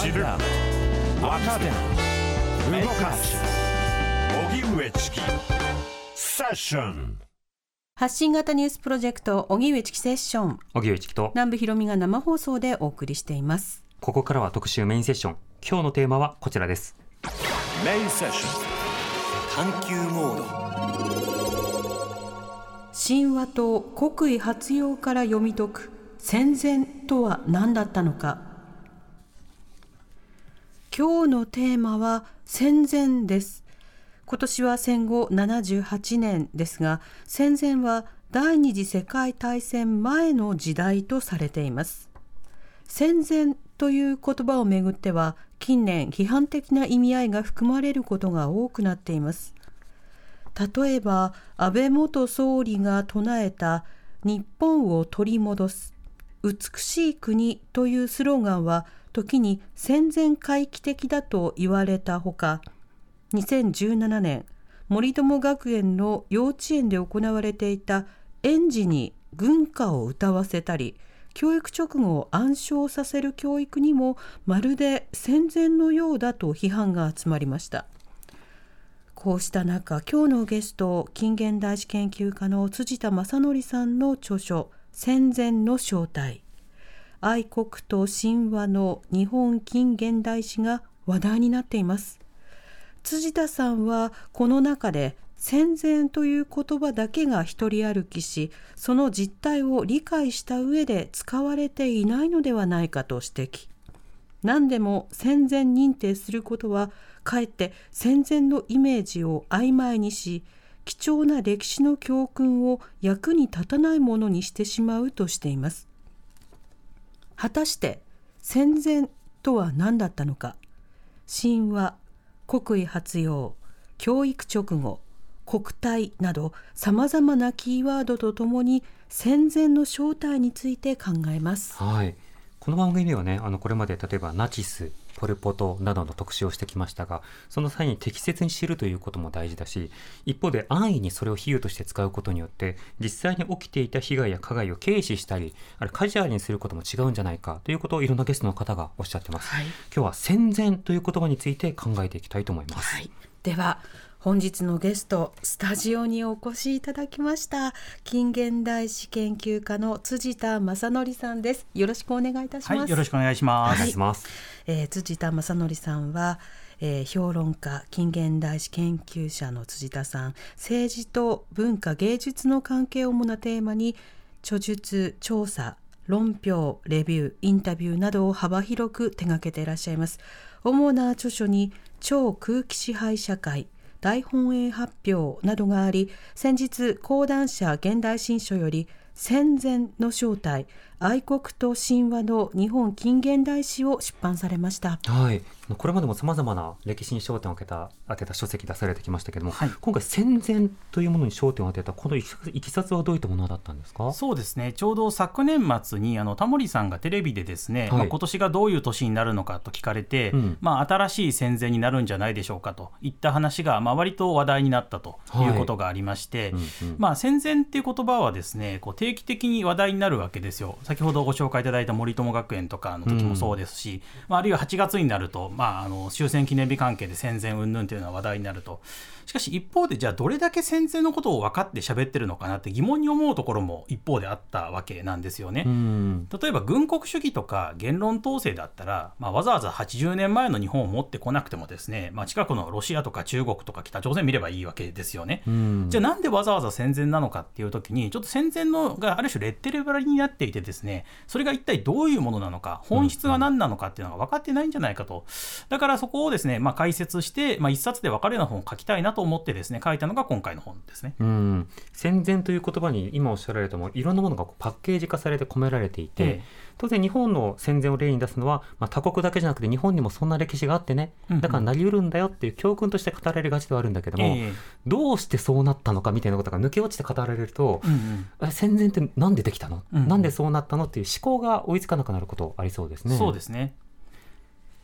知る、若手、動かす、荻上チキセッション。 発信型ニュースプロジェクト荻上チキセッション、 荻上チキと南部ひろみが生放送でお送りしています。 ここからは特集メインセッション。今日のテーマはこちらです。 メインセッション探求モード。 神話と国威発揚から読み解く戦前とは何だったのか。今日のテーマは戦前です。今年は戦後78年ですが、戦前は第二次世界大戦前の時代とされています。戦前という言葉をめぐっては近年批判的な意味合いが含まれることが多くなっています。例えば安倍元総理が唱えた日本を取り戻す美しい国というスローガンは時に戦前回帰的だと言われたほか、2017年森友学園の幼稚園で行われていた園児に軍歌を歌わせたり、教育直後を暗唱させる教育にもまるで戦前のようだと批判が集まりました。こうした中、今日のゲスト、近現代史研究家の辻田正則さんの著書戦前の正体、愛国と神話の日本近現代史が話題になっています。辻田さんはこの中で戦前という言葉だけが一人歩きし、その実態を理解した上で使われていないのではないかと指摘。何でも戦前認定することはかえって戦前のイメージを曖昧にし、貴重な歴史の教訓を役に立たないものにしてしまうとしています。果たして戦前とは何だったのか。神話、国威発揚、教育直後、国体などさまざまなキーワードとともに戦前の正体について考えます。 はい、この番組ではね、これまで例えばナチス、ポルポトなどの特集をしてきましたが、その際に適切に知るということも大事だし、一方で安易にそれを比喩として使うことによって実際に起きていた被害や加害を軽視したり、あれカジュアルにすることも違うんじゃないかということをいろんなゲストの方がおっしゃってます。はい、今日は戦前という言葉について考えていきたいと思います。 はい、では本日のゲスト、スタジオにお越しいただきました近現代史研究家の辻田正則さんです。よろしくお願いいたします。 はい、よろしくお願いします。 辻田正則さんは、評論家、近現代史研究者の辻田さん、政治と文化芸術の関係を主なテーマに著述、調査、論評、レビュー、インタビューなどを幅広く手掛けていらっしゃいます。主な著書に超空気支配社会、大本営発表などがあり、先日講談社現代新書より戦前の正体、愛国と神話の日本近現代史を出版されました。 はい、これまでも様々な歴史に焦点を当てた書籍出されてきましたけれども、はい、今回戦前というものに焦点を当てたこのいきさつはどういったものだったんですか？ そうですね、ちょうど昨年末にタモリさんがテレビでですね、今年がどういう年になるのかと聞かれて、新しい戦前になるんじゃないでしょうかといった話が、割と話題になったということがありまして、戦前っていう言葉はですね、定期的に話題になるわけですよ。先ほどご紹介いただいた森友学園とかの時もそうですし、あるいは8月になると、終戦記念日関係で戦前云々というのは話題になると。しかし一方で、じゃあどれだけ戦前のことを分かって喋ってるのかなって疑問に思うところも一方であったわけなんですよね。例えば軍国主義とか言論統制だったら、わざわざ80年前の日本を持ってこなくてもですね、近くのロシアとか中国とか北朝鮮見ればいいわけですよね。じゃあなんでわざわざ戦前なのかっていう時に、ちょっと戦前のがある種レッテル貼りになっていてですね、それが一体どういうものなのか、本質が何なのかっていうのが分かってないんじゃないかと。だからそこをですね、解説して、一冊で分かるような本を書きたいなと思ってですね、書いたのが今回の本ですね。 戦前という言葉に今おっしゃられたもいろんなものがパッケージ化されて込められていて、当然日本の戦前を例に出すのは、他国だけじゃなくて日本にもそんな歴史があってね、だからなりうるんだよっていう教訓として語られがちではあるんだけども、どうしてそうなったのかみたいなことが抜け落ちて語られると、戦前ってなんでできたの、なんでそうなったのっていう思考が追いつかなくなることありそうですね。 そうですね。 では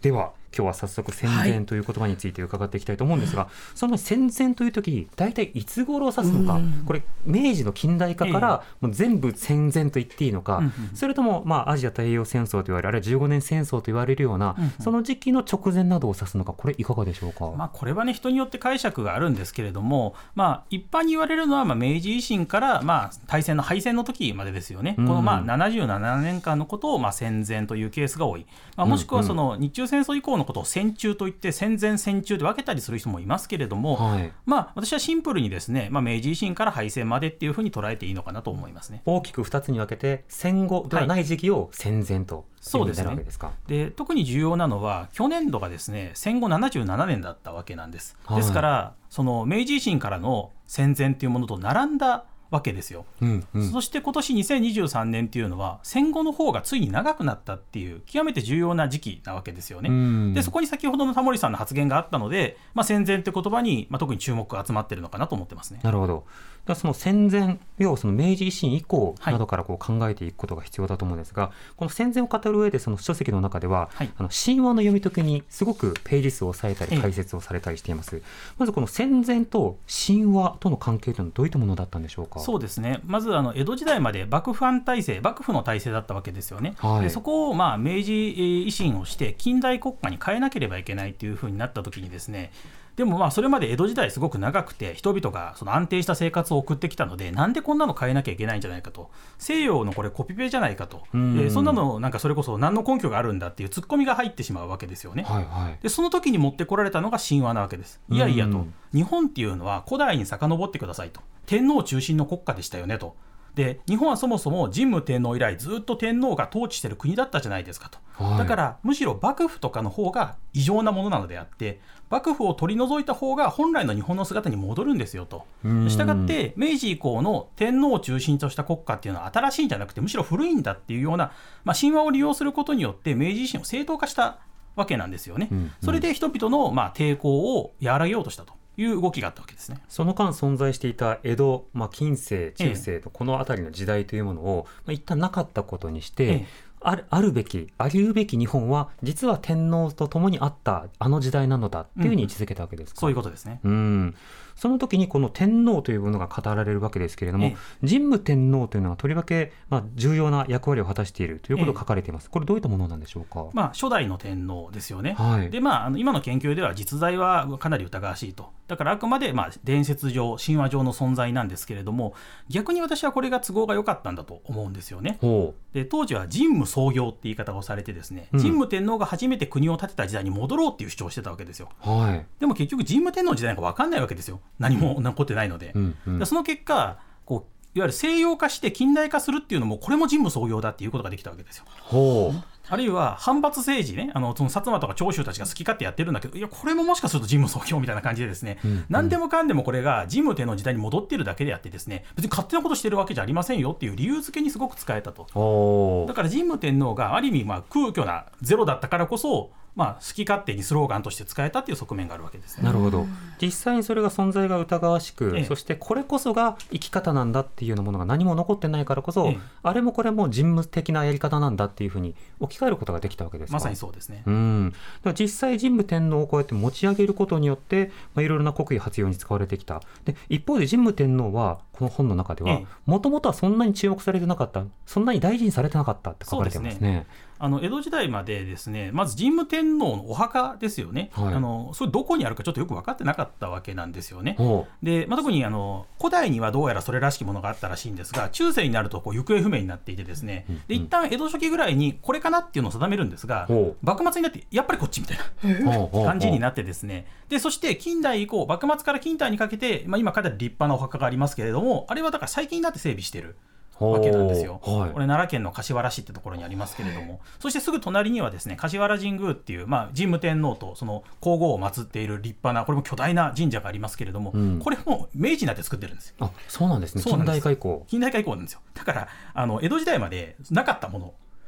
今日は早速戦前という言葉について伺っていきたいと思うんですが、その戦前という時大体いつ頃を指すのか、これ明治の近代化からもう全部戦前と言っていいのか、それともアジア太平洋戦争と言われる、あるいは15年戦争と言われるような、その時期の直前などを指すのか、これいかがでしょうか。 これはね、人によって解釈があるんですけれども、一般に言われるのは明治維新から大戦の敗戦の時までですよね。この77年間のことを戦前というケースが多い。もしくはその日中戦争以降のことを戦中といって戦前戦中で分けたりする人もいますけれども、私はシンプルにですね、明治維新から敗戦までっていうふうに捉えていいのかなと思いますね。 大きく2つに分けて戦後ではない時期を戦前と、 そうですね。で、特に重要なのは去年度がですね、戦後77年だったわけなんです。ですからその明治維新からの戦前というものと並んだわけですよ。そして今年2023年っていうのは戦後の方がついに長くなったっていう極めて重要な時期なわけですよね。で、そこに先ほどのタモリさんの発言があったので、戦前って言葉に、特に注目が集まってるのかなと思ってますね。 なるほど。だからその戦前、要はその明治維新以降などから考えていくことが必要だと思うんですが、この戦前を語る上でその書籍の中では、神話の読み解きにすごくページ数を抑えたり解説をされたりしています。まずこの戦前と神話との関係というのはどういったものだったんでしょうか。 そうですね。まず江戸時代まで幕府の体制だったわけですよね。で、そこを明治維新をして近代国家に変えなければいけないというふうになった時にですね、でもそれまで江戸時代すごく長くて人々がその安定した生活を送ってきたので、なんでこんなの変えなきゃいけないんじゃないかと、西洋のこれコピペじゃないかと、そんなのなんかそれこそ何の根拠があるんだっていうツッコミが入ってしまうわけですよね。で、その時に持ってこられたのが神話なわけです。いやいやと、日本っていうのは古代に遡ってくださいと、天皇中心の国家でしたよねと。で、日本はそもそも神武天皇以来ずっと天皇が統治している国だったじゃないですかと、だからむしろ幕府とかの方が異常なものなのであって、幕府を取り除いた方が本来の日本の姿に戻るんですよと。したがって明治以降の天皇を中心とした国家っていうのは新しいんじゃなくてむしろ古いんだっていうような、神話を利用することによって明治維新を正当化したわけなんですよね。それで人々の抵抗を和らげようとしたという動きがあったわけですね。 その間存在していた江戸、近世中世とこの辺りの時代というものを、一旦なかったことにして、ありうべき日本は実は天皇と共にあったあの時代なのだっていうふうに位置づけたわけですか。 そういうことですね。 その時にこの天皇というものが語られるわけですけれども、神武天皇というのはとりわけ重要な役割を果たしているということが書かれています。これどういったものなんでしょうか。 初代の天皇ですよね。で、今の研究では実在はかなり疑わしいと。だからあくまで伝説上神話上の存在なんですけれども、逆に私はこれが都合が良かったんだと思うんですよね。で、当時は神武創業って言い方をされてですね、神武天皇が初めて国を建てた時代に戻ろうっていう主張をしてたわけですよ。でも結局神武天皇の時代なんか分かんないわけですよ。何も残ってないので、その結果いわゆる西洋化して近代化するっていうのもこれも神武創業だっていうことができたわけですよ。あるいは反発政治ね、その薩摩とか長州たちが好き勝手やってるんだけど、いやこれももしかすると神武創業みたいな感じでですね、何でもかんでもこれが神武天皇の時代に戻ってるだけであってですね、別に勝手なことしてるわけじゃありませんよっていう理由付けにすごく使えたと。だから神武天皇がある意味空虚なゼロだったからこそ好き勝手にスローガンとして使えたっていう側面があるわけですね。 なるほど。実際にそれが存在が疑わしく、そしてこれこそが生き方なんだっていうようなものが何も残ってないからこそ、あれもこれも人務的なやり方なんだっていうふうに置き換えることができたわけですか。 まさにそうですね。 だから実際神武天皇をこうやって持ち上げることによって、いろいろな国威発揚に使われてきた。で、一方で神武天皇はこの本の中ではもともとはそんなに注目されてなかった、そんなに大事にされてなかったって書かれてますね。 江戸時代までですね、まず神武天皇のお墓ですよね、それどこにあるかちょっとよく分かってなかったわけなんですよね。で、特に古代にはどうやらそれらしきものがあったらしいんですが、中世になると行方不明になっていてですね、で一旦江戸初期ぐらいにこれかなっていうのを定めるんですが、幕末になってやっぱりこっちみたいな感じになってですね、でそして近代以降、幕末から近代にかけて、今かなり立派なお墓がありますけれども、あれはだから最近になって整備しているわけなんですよ。これ奈良県の橿原市ってところにありますけれども、そしてすぐ隣にはですね、橿原神宮っていう、神武天皇とその皇后を祀っている立派な、これも巨大な神社がありますけれども、これも明治になって作ってるんですよ。 そうなんですね。近代化以降なんですよ。だから江戸時代までなかったもの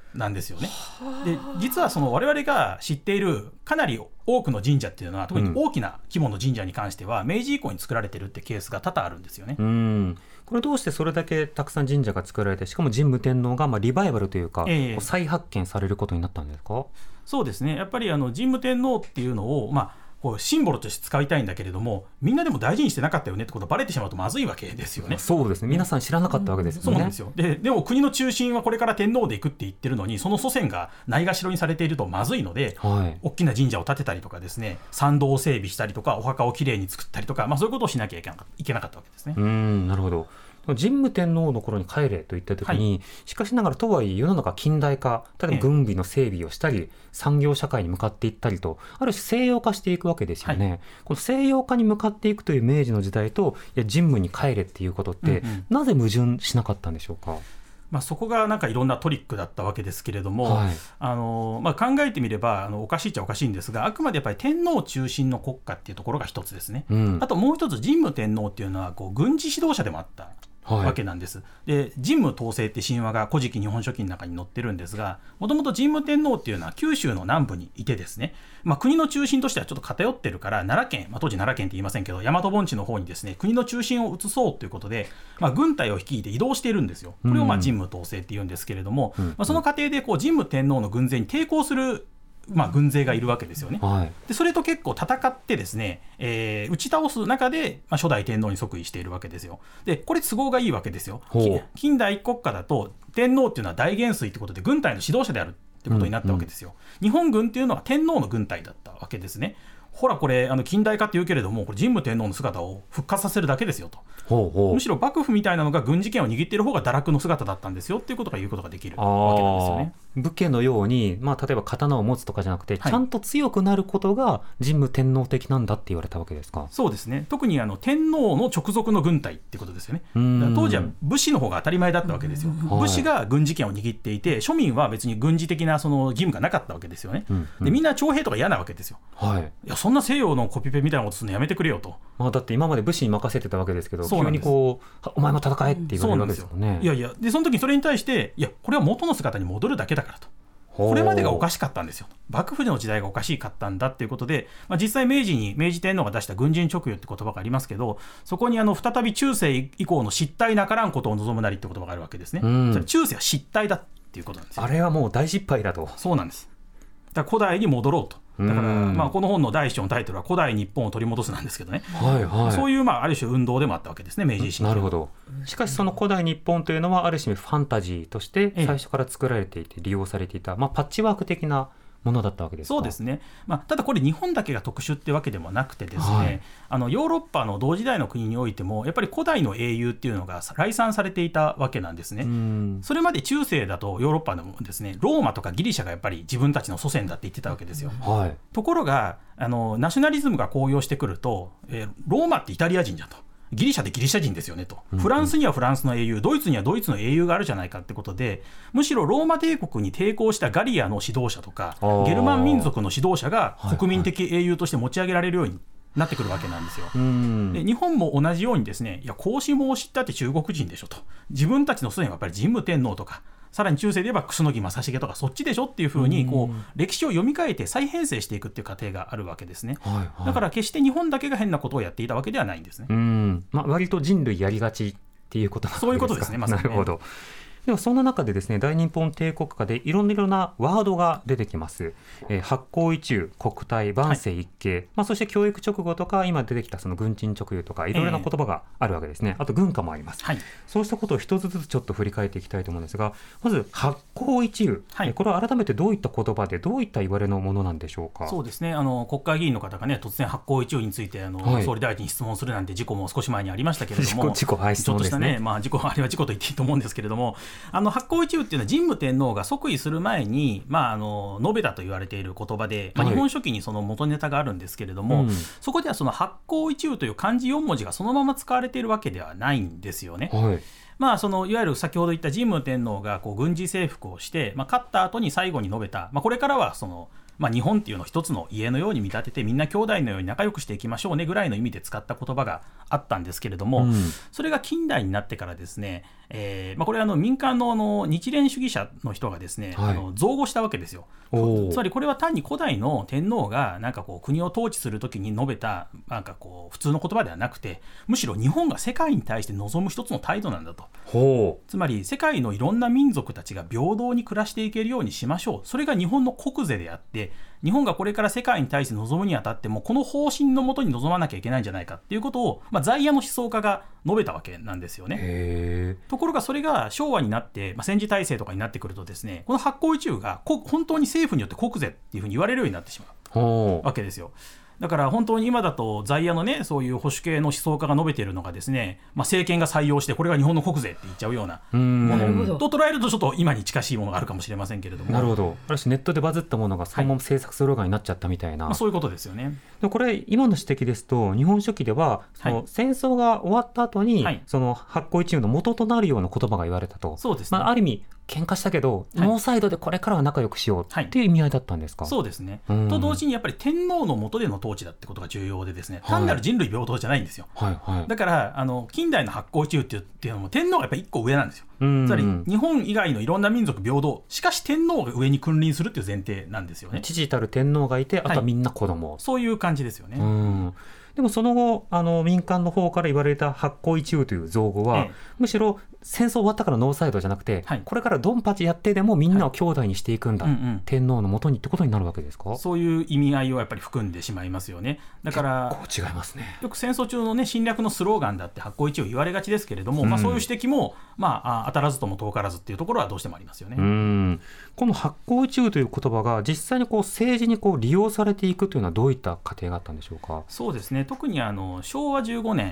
なんですよね。で実はその我々が知っているかなり多くの神社っていうのは、特に大きな規模の神社に関しては明治以降に作られてるってケースが多々あるんですよね。 これどうしてそれだけたくさん神社が作られて、しかも神武天皇がリバイバルというか、再発見されることになったんですか？ そうですね、やっぱり神武天皇っていうのを、こうシンボルとして使いたいんだけれども、みんなでも大事にしてなかったよねってことがバレてしまうとまずいわけですよね。 そうですね、皆さん知らなかったわけですよね。 そうなんですよ。でも国の中心はこれから天皇で行くって言ってるのに、その祖先がないがしろにされているとまずいので、大きな神社を建てたりとかですね、参道を整備したりとか、お墓をきれいに作ったりとか、そういうことをしなきゃいけなかったわけですね。 なるほど。神武天皇の頃に帰れといったときに、しかしながらとはいえ世の中近代化、例えば軍備の整備をしたり、産業社会に向かっていったりと、ある種西洋化していくわけですよね。この西洋化に向かっていくという明治の時代と、神武に帰れっていうことって、なぜ矛盾しなかったんでしょうか？ そこがなんかいろんなトリックだったわけですけれども、考えてみればおかしいっちゃおかしいんですが、あくまでやっぱり天皇中心の国家っていうところが一つですね。あともう一つ、神武天皇っていうのは軍事指導者でもあったわけなんです。で神武統制って神話が古事記日本書紀の中に載ってるんですが、もともと神武天皇っていうのは九州の南部にいてですね、国の中心としてはちょっと偏ってるから、奈良県、当時奈良県って言いませんけど、大和盆地の方にですね国の中心を移そうということで、軍隊を率いて移動しているんですよ。これを神武統制って言うんですけれども、その過程で神武天皇の軍勢に抵抗する軍勢がいるわけですよね。でそれと結構戦ってですね、打ち倒す中で、初代天皇に即位しているわけですよ。でこれ都合がいいわけですよ。近代一国家だと天皇っていうのは大元帥ってことで軍隊の指導者であるってことになったわけですよ。日本軍っていうのは天皇の軍隊だったわけですね。ほらこれ近代化って言うけれども、これ神武天皇の姿を復活させるだけですよと。むしろ幕府みたいなのが軍事権を握っている方が堕落の姿だったんですよっていうことが言うことができるわけなんですよね。 武家のように、例えば刀を持つとかじゃなくて、ちゃんと強くなることが神武天皇的なんだって言われたわけですか？ そうですね。特に天皇の直属の軍隊ってことですよね。当時は武士の方が当たり前だったわけですよ。武士が軍事権を握っていて、庶民は別に軍事的なその義務がなかったわけですよね。でみんな徴兵とか嫌なわけですよ。いやそんな西洋のコピペみたいなことするのやめてくれよと。 だって今まで武士に任せてたわけですけど、急にお前も戦えって言われるわけですよね。 でその時にそれに対して、これは元の姿に戻るだけだからと。これまでがおかしかったんですよ。幕府の時代がおかしかったんだっていうことで、実際明治天皇が出した軍人直輸って言葉がありますけど、そこに再び中世以降の失態なからんことを望むなりって言葉があるわけですね。それ中世は失態だっていうことなんですよ。 あれはもう大失敗だと。 そうなんです。だから古代に戻ろうと。だから、この本の第一章のタイトルは古代日本を取り戻すなんですけどね、そういう、ある種運動でもあったわけですね、明治維新。 なるほど。しかしその古代日本というのはある種ファンタジーとして最初から作られていて利用されていた、パッチワーク的なものだったわけですか？ そうですね。ただこれ日本だけが特殊ってわけでもなくてですね、ヨーロッパの同時代の国においてもやっぱり古代の英雄っていうのが来賛されていたわけなんですね。それまで中世だとヨーロッパでもですね、ローマとかギリシャがやっぱり自分たちの祖先だって言ってたわけですよ。ところがナショナリズムが高揚してくると、ローマってイタリア人じゃんと、ギリシャでギリシャ人ですよねと、フランスにはフランスの英雄、ドイツにはドイツの英雄があるじゃないかってことで、むしろローマ帝国に抵抗したガリアの指導者とかゲルマン民族の指導者が国民的英雄として持ち上げられるようになってくるわけなんですよ。で日本も同じようにですね、孔子も知ったって中国人でしょと、自分たちの祖先はやっぱり神武天皇とか、さらに中世で言えば楠木正成とかそっちでしょっていうふうに歴史を読み替えて再編成していくっていう過程があるわけですね。だから決して日本だけが変なことをやっていたわけではないんですね。 割と人類やりがちっていうことなんですか？ そういうことですね、まさにね。 なるほど。ではそんな中でですね、大日本帝国下でいろんなワードが出てきます。発行位中、国体、万世一系、そして教育直後とか今出てきたその軍人直輸とかいろいろな言葉があるわけですね。あと軍歌もあります。そうしたことを一つずつちょっと振り返っていきたいと思うんですが、まず発行位中、これは改めてどういった言葉でどういった言われのものなんでしょうか？ そうですね、国会議員の方がね、突然発行位中について総理大臣に質問するなんて事故も少し前にありましたけれども、 事故、 ちょっとしたね、事故、あれは事故と言っていいと思うんですけれども、発行位中っていうのは神武天皇が即位する前に、述べたと言われている言葉で、日本書紀にその元ネタがあるんですけれども、そこではその発行位中という漢字4文字がそのまま使われているわけではないんですよね。そのいわゆる先ほど言った神武天皇が軍事征服をして、勝った後に最後に述べた、これからはその日本っていうのを一つの家のように見立ててみんな兄弟のように仲良くしていきましょうねぐらいの意味で使った言葉があったんですけれども、それが近代になってからですね、これは民間の日蓮主義者の人がですね、造語したわけですよ。つまりこれは単に古代の天皇がなんかこう国を統治するときに述べたなんかこう普通の言葉ではなくて、むしろ日本が世界に対して望む一つの態度なんだと。つまり世界のいろんな民族たちが平等に暮らしていけるようにしましょう。それが日本の国是であって、日本がこれから世界に対して望むにあたってもこの方針のもとに望まなきゃいけないんじゃないかっていうことを、在野の思想家が述べたわけなんですよね。ところがそれが昭和になって、戦時体制とかになってくるとですね、この発行一憂が本当に政府によって国是っていうふうに言われるようになってしまうわけですよ。だから本当に今だと在野のね、そういう保守系の思想家が述べているのがですね、政権が採用してこれが日本の国是って言っちゃうようなものと捉えるとちょっと今に近しいものがあるかもしれませんけれども。 なるほど。ある種ネットでバズったものがそのまま政策スローガンになっちゃったみたいな、 そういうことですよね。 でこれ今の指摘ですと、日本書紀ではその戦争が終わった後に、その発行一憂の元となるような言葉が言われたと。 そうですね。 ある意味喧嘩したけど、ノーサイドでこれからは仲良くしようっていう意味合いだったんですか。 そうですね。と同時にやっぱり天皇の下での統治だってことが重要でですね、単なる人類平等じゃないんですよ。だから近代の発行一憂っていうのも天皇がやっぱり一個上なんですよ。つまり日本以外のいろんな民族平等、しかし天皇が上に君臨するっていう前提なんですよね。 父たる天皇がいて、あとはみんな子供、 そういう感じですよね。 でもその後民間の方から言われた発行一憂という造語は、むしろ戦争終わったからノーサイドじゃなくて、これからドンパチやってでもみんなを兄弟にしていくんだ、天皇のもとにってことになるわけですか。 そういう意味合いをやっぱり含んでしまいますよね。だから結構違いますね。 よく戦争中の、侵略のスローガンだって発行一憂言われがちですけれども、そういう指摘も、当たらずとも遠からずっていうところはどうしてもありますよね。 この発行一憂という言葉が実際に政治に利用されていくというのはどういった過程があったんでしょうか。 そうですね。特に昭和15年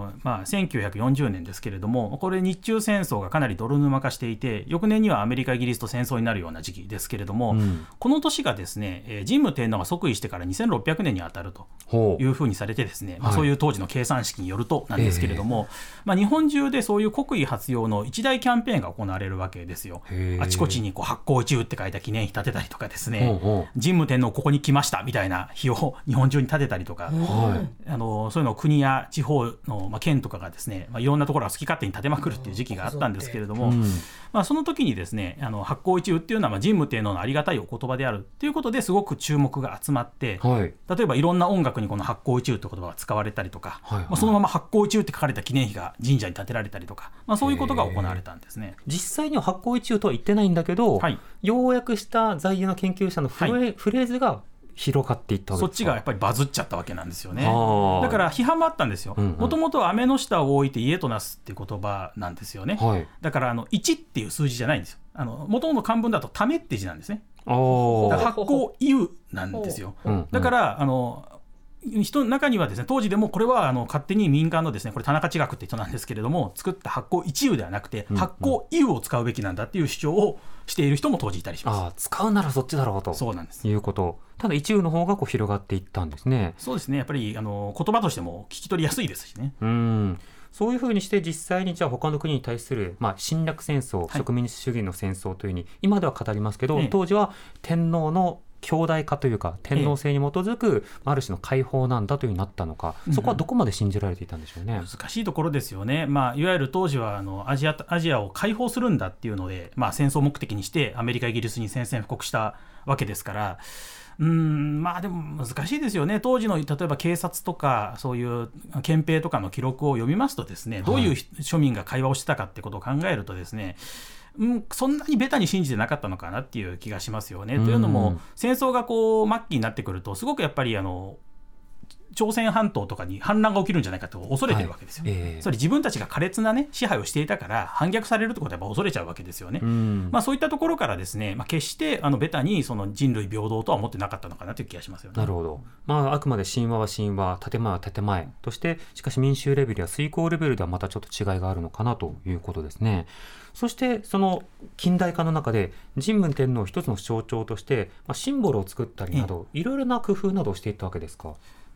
1940年ですけれども、これ日中戦争がかなり泥沼化していて、翌年にはアメリカイギリスと戦争になるような時期ですけれども、この年がですね、神武天皇が即位してから2600年に当たるというふうにされてですね、そういう当時の計算式によるとなんですけれども、日本中でそういう国威発揚の一大キャンペーンが行われるわけですよ。あちこちに発行一憂って書いた記念碑立てたりとかですね、神武天皇ここに来ましたみたいな碑を日本中に立てたりとか、そういうのを国や地方の、県とかがですね、いろんなところが好き勝手に建てまくるっていう時期があったんですけれども、その時にですね、発行一憂っていうのは神武天皇のありがたいお言葉であるということですごく注目が集まって、例えばいろんな音楽にこの発行一憂という言葉が使われたりとか、そのまま発行一憂って書かれた記念碑が神社に建てられたりとか、そういうことが行われたんですね。 実際には発行一憂とは言ってないんだけど、要約した在野の研究者のフレーズが広がっていったわけですか。 そっちがやっぱりバズっちゃったわけなんですよね。だから批判もあったんですよ。もともとは雨の下を置いて家となすっていう言葉なんですよね。だから1っていう数字じゃないんですよ。もともと漢文だとためって字なんですね。だから発行憂なんですよ。だから人の中にはですね、当時でもこれは勝手に民間のですね、これ田中地学って人なんですけれども作った発行一憂ではなくて、発行憂を使うべきなんだっていう主張をしている人も当時いたりします。 使うならそっちだろうと。 そうなんです。 いうこと。ただ一憂の方が広がっていったんですね。 そうですね。やっぱり言葉としても聞き取りやすいですしね。 そういうふうにして実際にじゃあ他の国に対する、侵略戦争、植民地主義の戦争というふうに今では語りますけど、当時は天皇の強大化というか天皇制に基づく、ある種の解放なんだというふうになったのか、そこはどこまで信じられていたんでしょうね。 難しいところですよね。いわゆる当時はアジアを解放するんだっていうので、戦争目的にしてアメリカイギリスに宣戦布告したわけですから、でも難しいですよね。当時の例えば警察とかそういう憲兵とかの記録を読みますとですね、どういう庶民が会話をしてたかってことを考えるとですね、そんなにベタに信じてなかったのかなっていう気がしますよね。というのも戦争が末期になってくるとすごくやっぱり朝鮮半島とかに反乱が起きるんじゃないかと恐れてるわけですよ。それ自分たちが苛烈な、支配をしていたから反逆されるってことはやっぱ恐れちゃうわけですよね。そういったところからですね、決してベタにその人類平等とは思ってなかったのかなという気がしますよね。 なるほど。あくまで神話は神話、建前は建前として、しかし民衆レベルや遂行レベルではまたちょっと違いがあるのかなということですね。そしてその近代化の中で神武天皇一つの象徴として、シンボルを作ったりなど、いろいろな工夫などをしていったわけですか。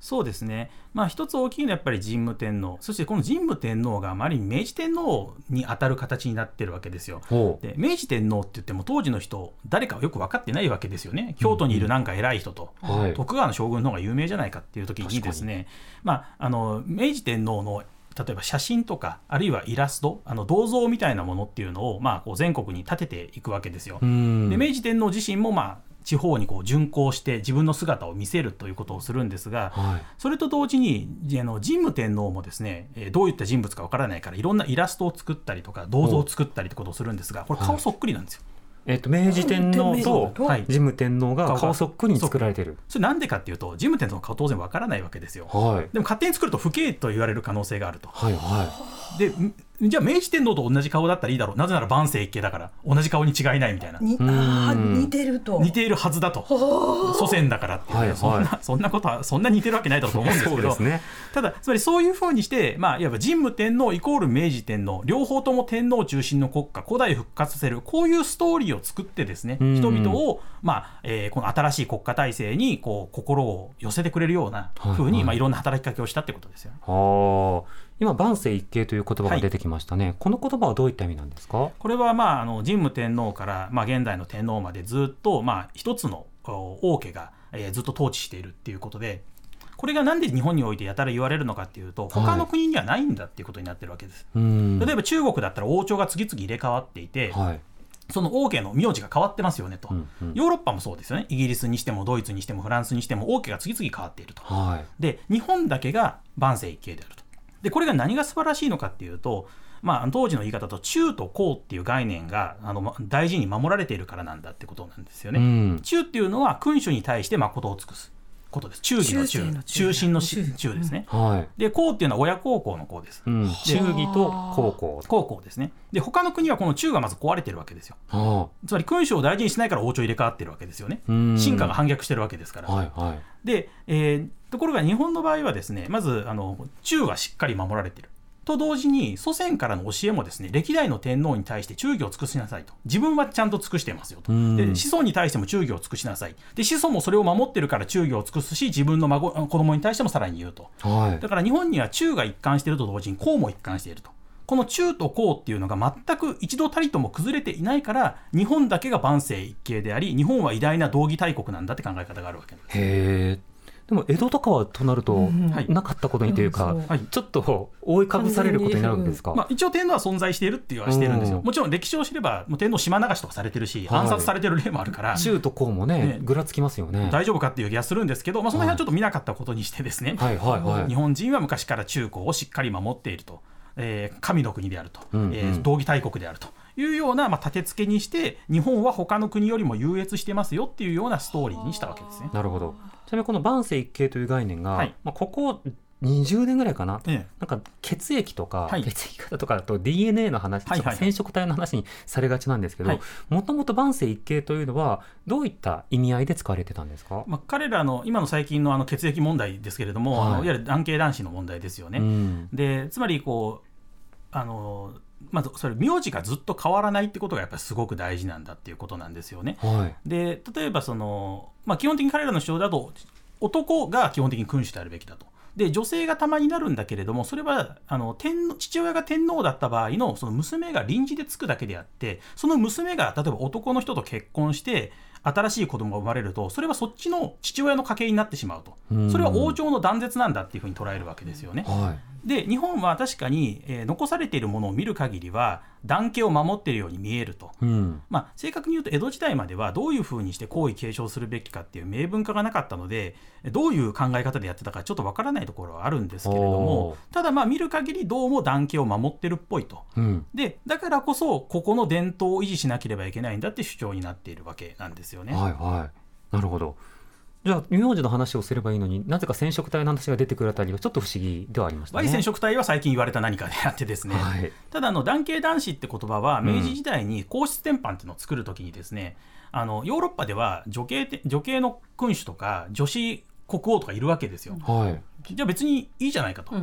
そうですね、一つ大きいのはやっぱり神武天皇、そしてこの神武天皇があり明治天皇に当たる形になってるわけですよ。で明治天皇って言っても当時の人誰かはよく分かってないわけですよね。京都にいるなんか偉い人と、徳川の将軍の方が有名じゃないかっていう時にですね、明治天皇の例えば写真とかあるいはイラスト銅像みたいなものっていうのをこう全国に立てていくわけですよ。で明治天皇自身も地方にこう巡行して自分の姿を見せるということをするんですが、それと同時に神武天皇もですね、どういった人物かわからないからいろんなイラストを作ったりとか銅像を作ったりってことをするんですが、これ顔そっくりなんですよ。 明治天皇と神武天皇が顔そっくりに作られてる。 それなんでかっていうと神武天皇の顔当然わからないわけですよ。でも勝手に作ると不敬と言われる可能性があると。でじゃあ明治天皇と同じ顔だったらいいだろう、なぜなら万世一系だから同じ顔に違いないみたいな、 似てるはずだと、祖先だからっていう、そんなことはそんな似てるわけないだろうと思うんですけどただつまりそういうふうにして、いわば神武天皇イコール明治天皇両方とも天皇中心の国家古代復活させる、こういうストーリーを作ってですね、人々を、この新しい国家体制にこう心を寄せてくれるようなふうに、いろんな働きかけをしたってことですよね。 今万世一系という言葉が出てきましたね。この言葉はどういった意味なんですか？ これは神武天皇から、現代の天皇までずっと、一つの王家が、ずっと統治しているっていうことで、これがなんで日本においてやたら言われるのかっていうと、他の国にはないんだっていうことになってるわけです。例えば中国だったら王朝が次々入れ替わっていて、その王家の名字が変わってますよねと、ヨーロッパもそうですよね。イギリスにしてもドイツにしてもフランスにしても王家が次々変わっていると、で日本だけが万世一系であると。でこれが何が素晴らしいのかっていうと、当時の言い方と中と高っていう概念が大事に守られているからなんだってことなんですよね。中っていうのは君主に対して誠を尽くすことです。忠義の忠、忠心の忠ですね。で皇っていうのは親孝行の孝です。 忠義と孝行ですね。で他の国はこの忠がまず壊れてるわけですよ。つまり君主を大事にしないから王朝入れ替わってるわけですよね。臣下が反逆してるわけですから。で、ところが日本の場合はですね、まず忠がしっかり守られていると同時に、祖先からの教えもですね、歴代の天皇に対して忠義を尽くしなさいと、自分はちゃんと尽くしてますよと、で子孫に対しても忠義を尽くしなさい、で子孫もそれを守ってるから忠義を尽くすし、自分の子供に対してもさらに言うと、だから日本には忠が一貫していると同時に孝も一貫していると。この忠と孝っていうのが全く一度たりとも崩れていないから、日本だけが万世一系であり、日本は偉大な道義大国なんだって考え方があるわけなんです。 へー。でも江戸とかはとなると、なかったことにというか、ちょっと覆いかぶされることになるんですか？ 一応天皇は存在しているっていうのはしているんですよ。もちろん歴史を知ればもう天皇島流しとかされてるし、暗殺されてる例もあるから、 忠と孝もねぐらつきますよね。 大丈夫かっていう気がするんですけど、その辺はちょっと見なかったことにしてですね、日本人は昔から忠孝をしっかり守っていると、神の国であると、道義大国であるというような、立て付けにして、日本は他の国よりも優越してますよっていうようなストーリーにしたわけですね。 なるほど。ちなみにこの万世一系という概念が、ここ20年ぐらいかな、なんか血液とか、血液型とかだと DNA の話、染色体の話にされがちなんですけど、もともと万世一系というのはどういった意味合いで使われてたんですか？ 彼らの今の最近の血液問題ですけれども、いわゆる男系男子の問題ですよね。でつまりこうまずそれ名字がずっと変わらないってことがやっぱりすごく大事なんだっていうことなんですよね。で例えば基本的に彼らの主張だと、男が基本的に君主であるべきだと。で女性がたまになるんだけれども、それは父親が天皇だった場合のその娘が臨時でつくだけであって、その娘が例えば男の人と結婚して新しい子供が生まれると、それはそっちの父親の家系になってしまうと。それは王朝の断絶なんだっていうふうに捉えるわけですよね。で日本は確かに、残されているものを見る限りは男系を守っているように見えると、正確に言うと江戸時代まではどういうふうにして皇位継承するべきかっていう明文化がなかったので、どういう考え方でやってたかちょっとわからないところはあるんですけれども、ただ見る限りどうも男系を守ってるっぽいと、でだからこそここの伝統を維持しなければいけないんだって主張になっているわけなんですよね。 なるほど。じゃあ名字の話をすればいいのに、なぜか染色体の話が出てくるあたりはちょっと不思議ではありましたね。 染色体は最近言われた何かであってですね、ただ男系男子って言葉は明治時代に皇室典範っていうのを作るときにですね、ヨーロッパでは女系の君主とか女子国王とかいるわけですよ。じゃあ別にいいじゃないかと、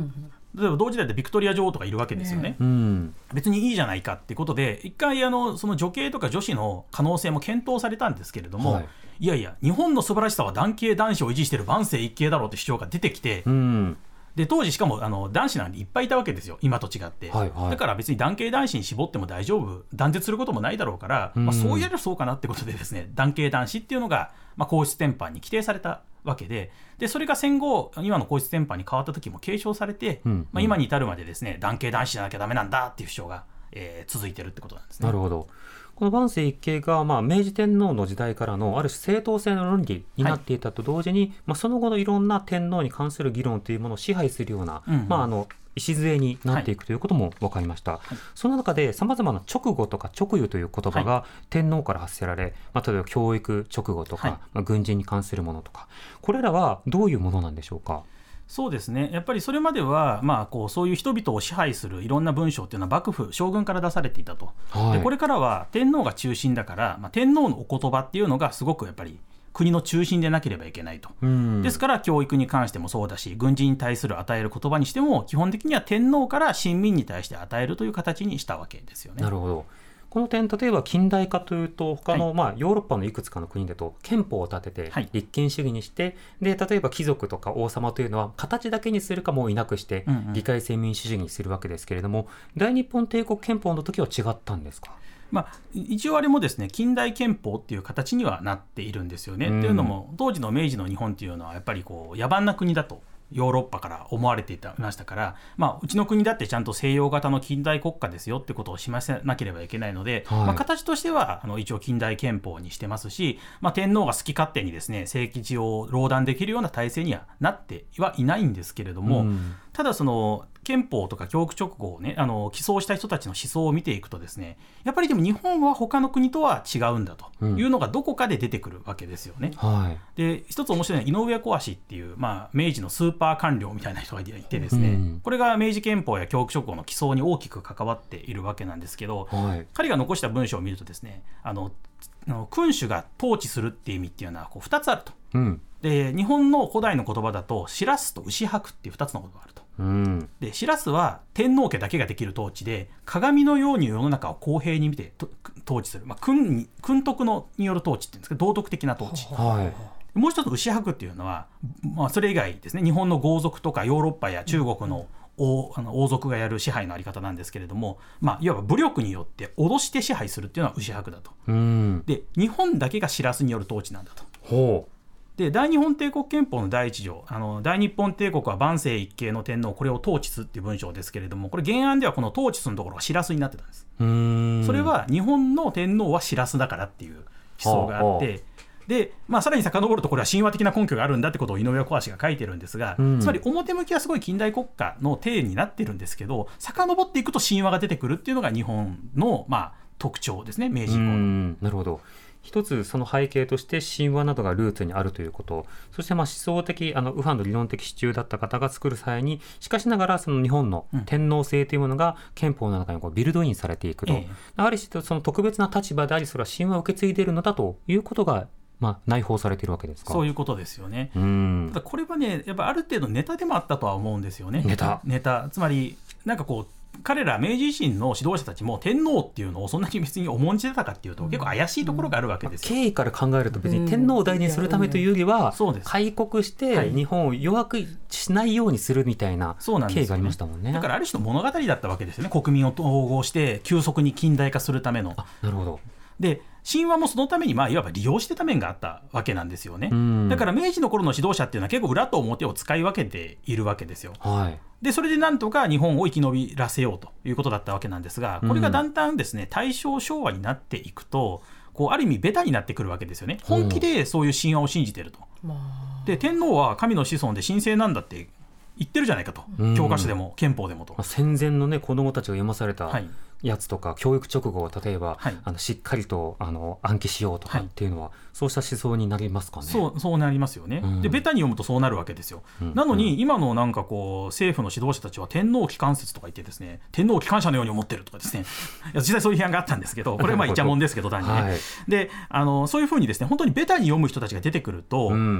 例えば同時代でビクトリア女王とかいるわけですよね、別にいいじゃないかっていうことで一回その女系とか女子の可能性も検討されたんですけれども、いやいや日本の素晴らしさは男系男子を維持している万世一系だろうって主張が出てきて、で当時しかも男子なんていっぱいいたわけですよ今と違って、だから別に男系男子に絞っても大丈夫、断絶することもないだろうから、そうやればそうかなってことでですね、男系男子っていうのが、皇室典範に規定されたわけで、それが戦後今の皇室典範に変わった時も継承されて、今に至るまでですね男系男子じゃなきゃダメなんだっていう主張が、続いてるってことなんですね。 なるほど。この万世一系が、明治天皇の時代からのある種正当性の論理になっていたと同時に、その後のいろんな天皇に関する議論というものを支配するような、礎になっていくということも分かりました、その中でさまざまな直後とか直輸という言葉が天皇から発せられ、例えば教育直後とか、軍人に関するものとか、これらはどういうものなんでしょうか。 そうですね、やっぱりそれまでは、そういう人々を支配するいろんな文章っていうのは幕府将軍から出されていたと、でこれからは天皇が中心だから、天皇のお言葉っていうのがすごくやっぱり国の中心でなければいけないと、ですから教育に関してもそうだし、軍人に対する与える言葉にしても基本的には天皇から臣民に対して与えるという形にしたわけですよね。 なるほど。この点、例えば近代化というと他の、ヨーロッパのいくつかの国だと憲法を立てて立憲主義にして、で例えば貴族とか王様というのは形だけにするかもういなくして議会制民主主義にするわけですけれども、大日本帝国憲法の時は違ったんですか。 一応あれもですね近代憲法っていう形にはなっているんですよね。というのも当時の明治の日本っていうのはやっぱり野蛮な国だとヨーロッパから思われていましたから、うちの国だってちゃんと西洋型の近代国家ですよってことを示せなければいけないので、形としては一応近代憲法にしてますし、天皇が好き勝手にですね聖吉を壟断できるような体制にはなってはいないんですけれども、ただその憲法とか教育直後をね起草した人たちの思想を見ていくとですね、やっぱりでも日本は他の国とは違うんだというのがどこかで出てくるわけですよね。で一つ面白いのは井上小橋っていう、明治のスーパー官僚みたいな人がいてですね、これが明治憲法や教育直後の起草に大きく関わっているわけなんですけど、彼が残した文章を見るとですね、君主が統治するっていう意味っていうのは2つあると、で日本の古代の言葉だとしらすと牛伯っていう2つの言葉があると。でしらすは天皇家だけができる統治で、鏡のように世の中を公平に見て統治する、君徳による統治っていうんですけど道徳的な統治、もう一つ牛伯っていうのは、それ以外ですね、日本の豪族とかヨーロッパや中国の王族がやる支配のあり方なんですけれども、いわば武力によって脅して支配するっていうのは牛伯だと。で日本だけがしらすによる統治なんだと。で大日本帝国憲法の第一条、大日本帝国は万世一系の天皇これを統治すっていう文章ですけれども、これ原案ではこの統治すのところがしらすになってたんです。それは日本の天皇はしらすだからっていう思想があって、でさらに遡るとこれは神話的な根拠があるんだってことを井上小橋が書いてるんですが、つまり表向きはすごい近代国家の体になってるんですけど、遡っていくと神話が出てくるっていうのが日本の特徴ですね、明治以降の。 なるほど。一つその背景として神話などがルーツにあるということ、そして思想的右派の理論的支柱だった方が作る際に、しかしながらその日本の天皇制というものが憲法の中にビルドインされていくと、ある種その特別な立場であり、それは神話を受け継いでいるのだということが内包されているわけですか。 そういうことですよね。ただこれはねやっぱある程度ネタでもあったとは思うんですよね。ネタつまり彼ら明治維新の指導者たちも天皇っていうのをそんなに別に重んじてたかっていうと結構怪しいところがあるわけですよ。 経緯から考えると別に天皇を大事にするためというよりは、開国して日本を弱くしないようにするみたいな経緯がありましたもんね。 だからある種の物語だったわけですよね。国民を統合して急速に近代化するための。 なるほど。 で神話もそのためにいわば利用してた面があったわけなんですよね。だから明治の頃の指導者っていうのは結構裏と表を使い分けているわけですよ。でそれでなんとか日本を生き延びらせようということだったわけなんですが、これがだんだんですね大正昭和になっていくとある意味ベタになってくるわけですよね。本気でそういう神話を信じてると。で天皇は神の子孫で神聖なんだって言ってるじゃないかと、教科書でも憲法でもと。 戦前の子どもたちが読まされたやつとか、教育直後は例えば、しっかりと暗記しようとかっていうのは、そうした思想になりますかね。 そうなりますよね。でベタに読むとそうなるわけですよ。なのに今の政府の指導者たちは天皇機関説とか言ってですね、天皇機関車のように思ってるとかですね実際そういう批判があったんですけど、これはイチャモンですけど単にね。でそういうふうにですね本当にベタに読む人たちが出てくると、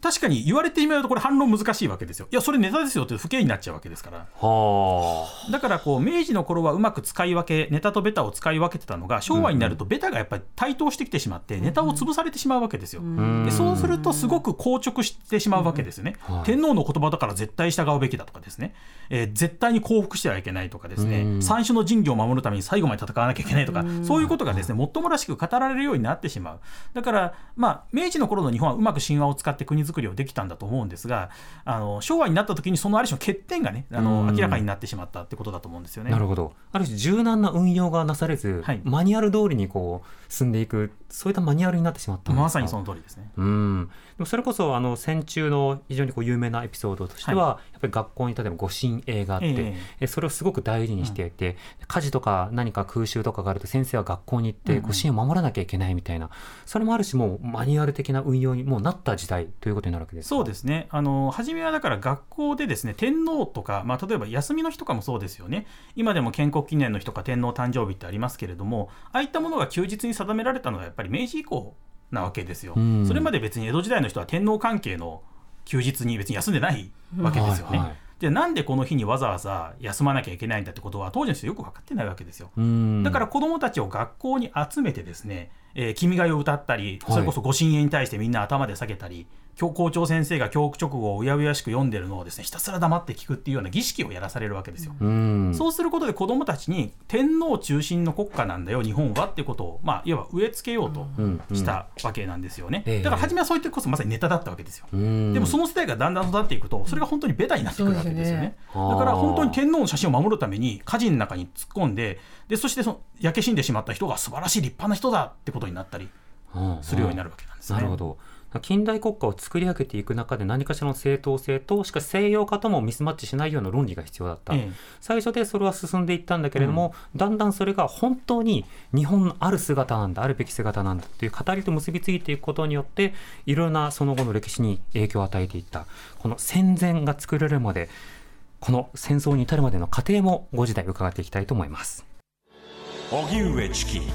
確かに言われてみるとこれ反論難しいわけですよ。いやそれネタですよって不敬になっちゃうわけですから。だからこう明治の頃はうまく使い分け、ネタとベタを使い分けてたのが昭和になるとベタがやっぱり台頭してきてしまってネタを潰されてしまうわけですよ。でそうするとすごく硬直してしまうわけですよね。天皇の言葉だから絶対従うべきだとかですね、絶対に降伏してはいけないとかですね、三種の神器を守るために最後まで戦わなきゃいけないとか、そういうことがですねもっともらしく語られるようになってしまう。だから明治の頃の日本はうまく神話を使って国づくりをできたんだと思うんですが、昭和になった時にそのある種の欠点がね明らかになってしまったってことだと思うんですよね。 なるほど。ある種柔軟な運用がなされず、はい、マニュアル通りにこう進んでいく、そういったマニュアルになってしまったんですか。 まさにその通りですね。 でもそれこそ戦中の非常にこう有名なエピソードとしては、やっぱり学校に例えば御神営があって、それをすごく大事にしていて、火事とか何か空襲とかがあると先生は学校に行って御神営を守らなきゃいけないみたいな、それもある種もうマニュアル的な運用にもうなった時代ということになるわけですか。 そうですね。初めはだから学校でですね天皇とか、例えば休みの日とかもそうですよね。今でも建国記念の日とか天皇誕生日ってありますけれども、ああいったものが休日に定められたのはやっぱり明治以降なわけですよ。それまで別に江戸時代の人は天皇関係の休日に別に休んでないわけですよね。でなんでこの日にわざわざ休まなきゃいけないんだってことは当時の人よく分かってないわけですよ。だから子どもたちを学校に集めてですね、君が代を歌ったり、それこそ御神営に対してみんな頭で下げたり、校長先生が教区直後をうやうやしく読んでるのをですねひたすら黙って聞くっていうような儀式をやらされるわけですよ。そうすることで子どもたちに天皇中心の国家なんだよ日本はっていうことを、いわば植え付けようとしたわけなんですよね。だから初めはそういったこそまさにネタだったわけですよ。でもその世代がだんだん育っていくとそれが本当にベタになってくるわけですよね。だから本当に天皇の写真を守るために火事の中に突っ込んで、そしてその焼け死んでしまった人が素晴らしい立派な人だってことになったりするようになるわけなんですね。 なるほど。近代国家を作り上げていく中で何かしらの正当性としかし西洋化ともミスマッチしないような論理が必要だった、最初でそれは進んでいったんだけれども、だんだんそれが本当に日本のある姿なんだ、あるべき姿なんだという語りと結びついていくことによっていろんなその後の歴史に影響を与えていった。この戦前が作られるまで、この戦争に至るまでの過程も5時台伺っていきたいと思います。 荻上チキ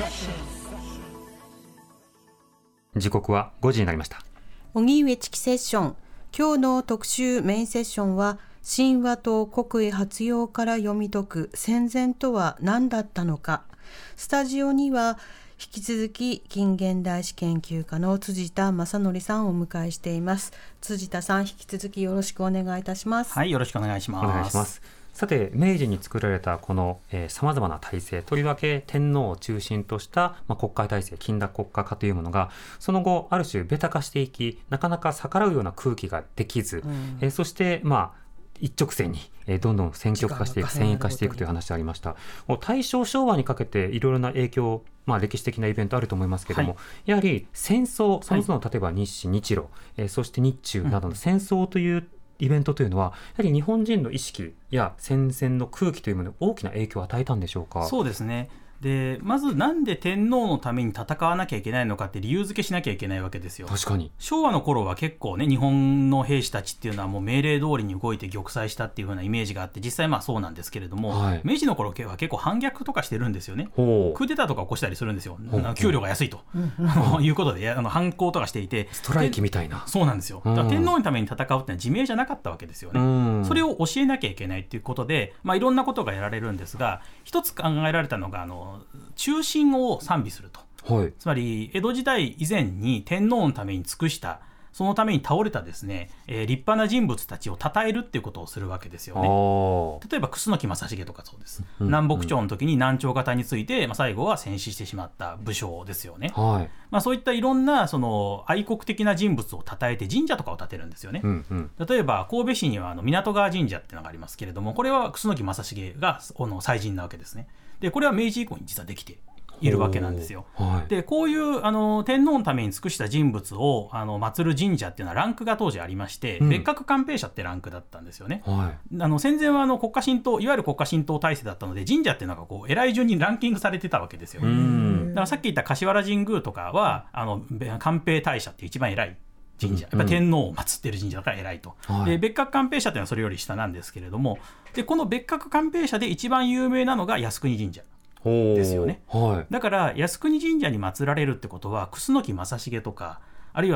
時刻は5時になりました。 荻上チキセッション、今日の特集メインセッションは神話と国威発揚から読み解く戦前とは何だったのか。スタジオには引き続き近現代史研究家の辻田正則さんをお迎えしています。辻田さん、引き続きよろしくお願いいたします。 はい、よろしくお願いします。 お願いします。さて明治に作られたこのさまざまな体制、とりわけ天皇を中心とした、国会体制、近代国家化というものがその後ある種ベタ化していき、なかなか逆らうような空気ができず、そして一直線にどんどん選挙化していく、先鋭化していくという話がありました。大正昭和にかけていろいろな影響、歴史的なイベントあると思いますけれども、やはり戦争、その都度例えば日清日露、そして日中などの戦争というイベントというのはやはり日本人の意識や戦前の空気というものに大きな影響を与えたんでしょうか。 そうですね。でまずなんで天皇のために戦わなきゃいけないのかって理由付けしなきゃいけないわけですよ。 確かに昭和の頃は結構ね、日本の兵士たちっていうのはもう命令通りに動いて玉砕したっていう風なイメージがあって、実際そうなんですけれども、明治の頃は結構反逆とかしてるんですよね。クーデターとか起こしたりするんですよ。給料が安いということで反抗とかしていて、 ストライキみたいな。 そうなんですよ。だから天皇のために戦うってのは自明じゃなかったわけですよね。それを教えなきゃいけないっていうことで、いろんなことがやられるんですが、一つ考えられたのが忠臣を賛美すると、つまり江戸時代以前に天皇のために尽くした、そのために倒れたですね、立派な人物たちを称えるっていうことをするわけですよね。例えば楠木正成とかそうです。南北朝の時に南朝方について、最後は戦死してしまった武将ですよね。そういったいろんなその愛国的な人物を称えて神社とかを建てるんですよね。例えば神戸市には港川神社っていうのがありますけれども、これは楠木正成が祭神なわけですね。でこれは明治以降に実はできているわけなんですよ。でこういう天皇のために尽くした人物を祀る神社っていうのはランクが当時ありまして、別格官兵者ってランクだったんですよね。戦前は国家神道、いわゆる国家神道体制だったので、神社っていうのが偉い順にランキングされてたわけですよ。だからさっき言った柏原神宮とかは官兵大社っていう一番偉い神社、やっぱ天皇を祀ってる神社だから偉いと。で別格官兵者というのはそれより下なんですけれども、でこの別格官兵者で一番有名なのが靖国神社ですよね。だから靖国神社に祀られるってことは楠木正成とか、あるいは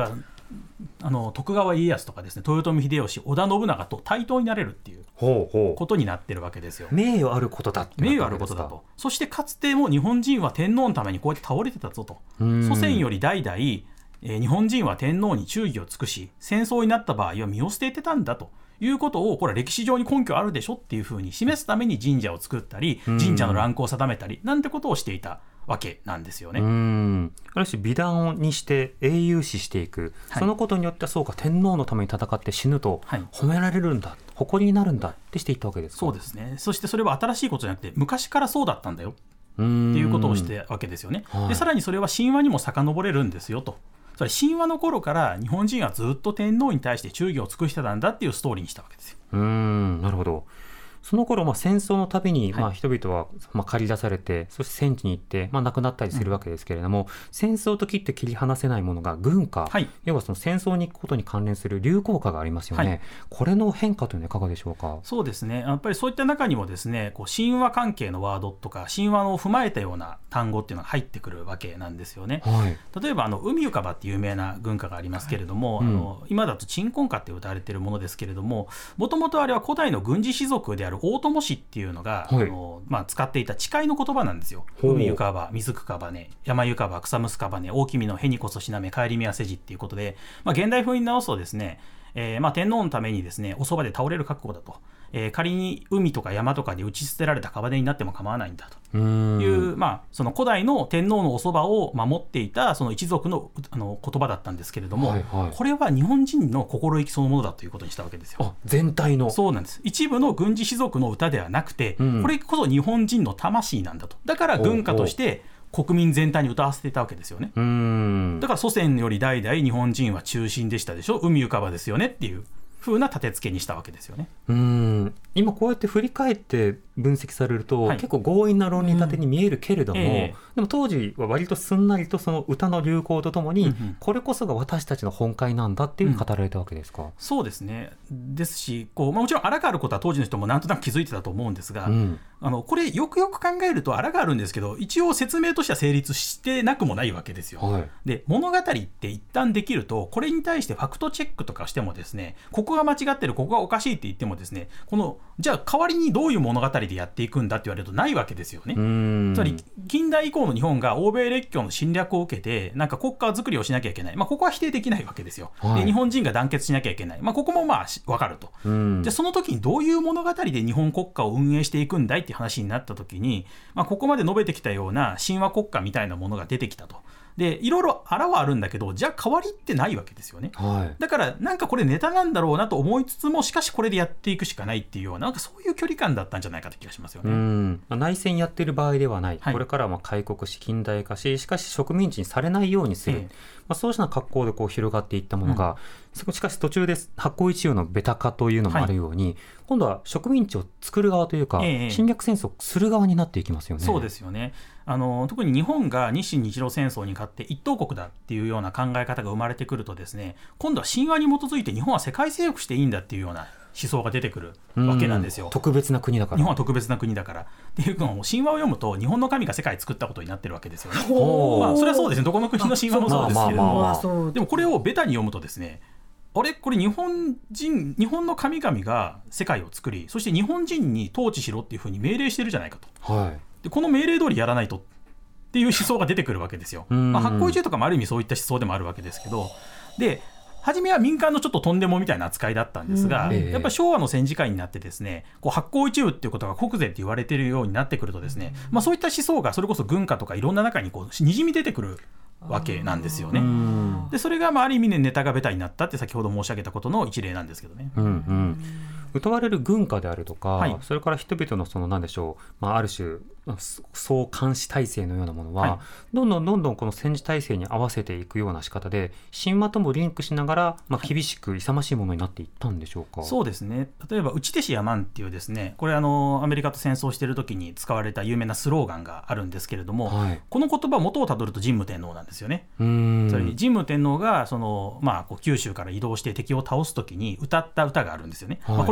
徳川家康とかですね、豊臣秀吉、織田信長と対等になれるっていうことになってるわけですよ。 名誉あることだって名誉あることだと。そしてかつても日本人は天皇のためにこうやって倒れてたぞと。祖先より代々、日本人は天皇に忠義を尽くし、戦争になった場合は身を捨ててたんだということを、これは歴史上に根拠あるでしょっていうふうに示すために神社を作ったり、神社のランクを定めたりなんてことをしていたわけなんですよね。 ある種美談にして英雄視していく、そのことによってはそうか、天皇のために戦って死ぬと褒められるんだ、誇りになるんだってしていったわけですか。 そうですね。そしてそれは新しいことじゃなくて昔からそうだったんだよっていうことをしてわけですよね。でさらにそれは神話にも遡れるんですよと。それ神話の頃から日本人はずっと天皇に対して忠義を尽くしてたんだっていうストーリーにしたわけですよ。 なるほど。その頃、戦争のたびに、人々は、駆り出されて、そして戦地に行って、亡くなったりするわけですけれども、戦争と切って切り離せないものが軍歌、要はその戦争に行くことに関連する流行歌がありますよね。これの変化というのはいかがでしょうか。 そうですね。やっぱりそういった中にもですね、こう神話関係のワードとか神話を踏まえたような単語っていうのが入ってくるわけなんですよね。例えば海浮かばっていう有名な軍歌がありますけれども、今だと鎮魂歌って歌われているものですけれども、もともとあれは古代の軍事士族である大友氏っていうのが、使っていた誓いの言葉なんですよ。海ゆかば水くかばね、山ゆかば草むすかばね、大君のへにこそしなめ帰りみはせじっていうことで、現代風に直すとですね、天皇のためにですねおそばで倒れる覚悟だと、仮に海とか山とかに打ち捨てられた屍になっても構わないんだという、その古代の天皇のおそばを守っていたその一族の、言葉だったんですけれども、これは日本人の心意気そのものだということにしたわけですよ。 全体の。 そうなんです。一部の軍事士族の歌ではなくて、これこそ日本人の魂なんだと。だから軍歌として国民全体に歌わせていたわけですよね。だから祖先より代々日本人は中心でしたでしょ、海浮かばですよねっていう風な立て付けにしたわけですよね。 今こうやって振り返って分析されると、結構強引な論理立てに見えるけれども、でも当時は割とすんなりとその歌の流行とともに、これこそが私たちの本懐なんだっていう語られたわけですか。 そうですね。ですしもちろん荒があることは当時の人もなんとなく気づいてたと思うんですが、これよくよく考えると荒があるんですけど、一応説明としては成立してなくもないわけですよ。で物語って一旦できると、これに対してファクトチェックとかしてもですね、ここが間違ってる、ここがおかしいって言ってもですね、じゃあ代わりにどういう物語でやっていくんだって言われるとないわけですよね。つまり近代以降の日本が欧米列強の侵略を受けてなんか国家作りをしなきゃいけない、ここは否定できないわけですよ。で日本人が団結しなきゃいけない、ここも分かると。じゃあその時にどういう物語で日本国家を運営していくんだいっていう話になった時に、ここまで述べてきたような神話国家みたいなものが出てきたと。でいろいろあらはあるんだけど、じゃあ代わりってないわけですよね。だからなんかこれネタなんだろうなと思いつつも、しかしこれでやっていくしかないっていうような、なんかそういう距離感だったんじゃないかという気がしますよね。 内戦やってる場合ではない、これからは開国し近代化し、しかし植民地にされないようにする、そうした格好でこう広がっていったものが、しかし途中で発行一葉のベタ化というのもあるように、今度は植民地を作る側というか、侵略戦争をする側になっていきますよね。 そうですよね。特に日本が日清日露戦争に勝って一等国だっていうような考え方が生まれてくるとですね、今度は神話に基づいて日本は世界征服していいんだっていうような思想が出てくるわけなんですよ。 特別な国だから、 日本は特別な国だからっていうのを神話を読むと、日本の神が世界作ったことになってるわけですよね。それはそうですね。どこの国の神話もそうですけれども、でもこれをベタに読むとですね、これ日本の神々が世界を作り、そして日本人に統治しろっていうふうに命令してるじゃないかと。でこの命令通りやらないとっていう思想が出てくるわけですよ。発行一葉とかもある意味そういった思想でもあるわけですけど、で初めは民間のちょっととんでもみたいな扱いだったんですが、やっぱり昭和の戦時下になってですね、発行一葉っていうことが国是って言われているようになってくるとですね、そういった思想がそれこそ軍歌とかいろんな中ににじみ出てくるわけなんですよね。でそれがある意味でネタがベタになったって先ほど申し上げたことの一例なんですけどね。 歌われる軍歌であるとか、それから人々の何でしょう、ある種総監視体制のようなものは、どんどんこの戦時体制に合わせていくような仕方で神話ともリンクしながら、厳しく勇ましいものになっていったんでしょうか。 そうですね。例えば内弟子や万っていうですね、これアメリカと戦争している時に使われた有名なスローガンがあるんですけれども、この言葉元をたどると神武天皇なんですよね。それに神武天皇が九州から移動して敵を倒す時に歌った歌があるんですよね。これ